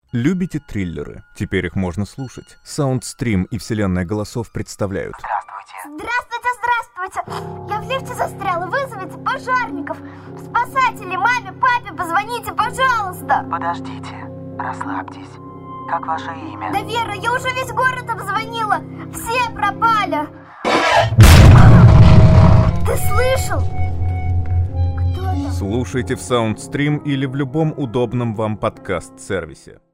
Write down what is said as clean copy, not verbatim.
Любите триллеры? Теперь их можно слушать. Саундстрим и Вселенная голосов представляют. Здравствуйте! Я в лифте застряла. Вызовите пожарников. Спасатели, маме, папе, позвоните, пожалуйста. Подождите, расслабьтесь. Как ваше имя? Да, Вера, я уже весь город обзвонила. Все пропали. Ты слышал? Кто там? Слушайте в Саундстрим или в любом удобном вам подкаст-сервисе.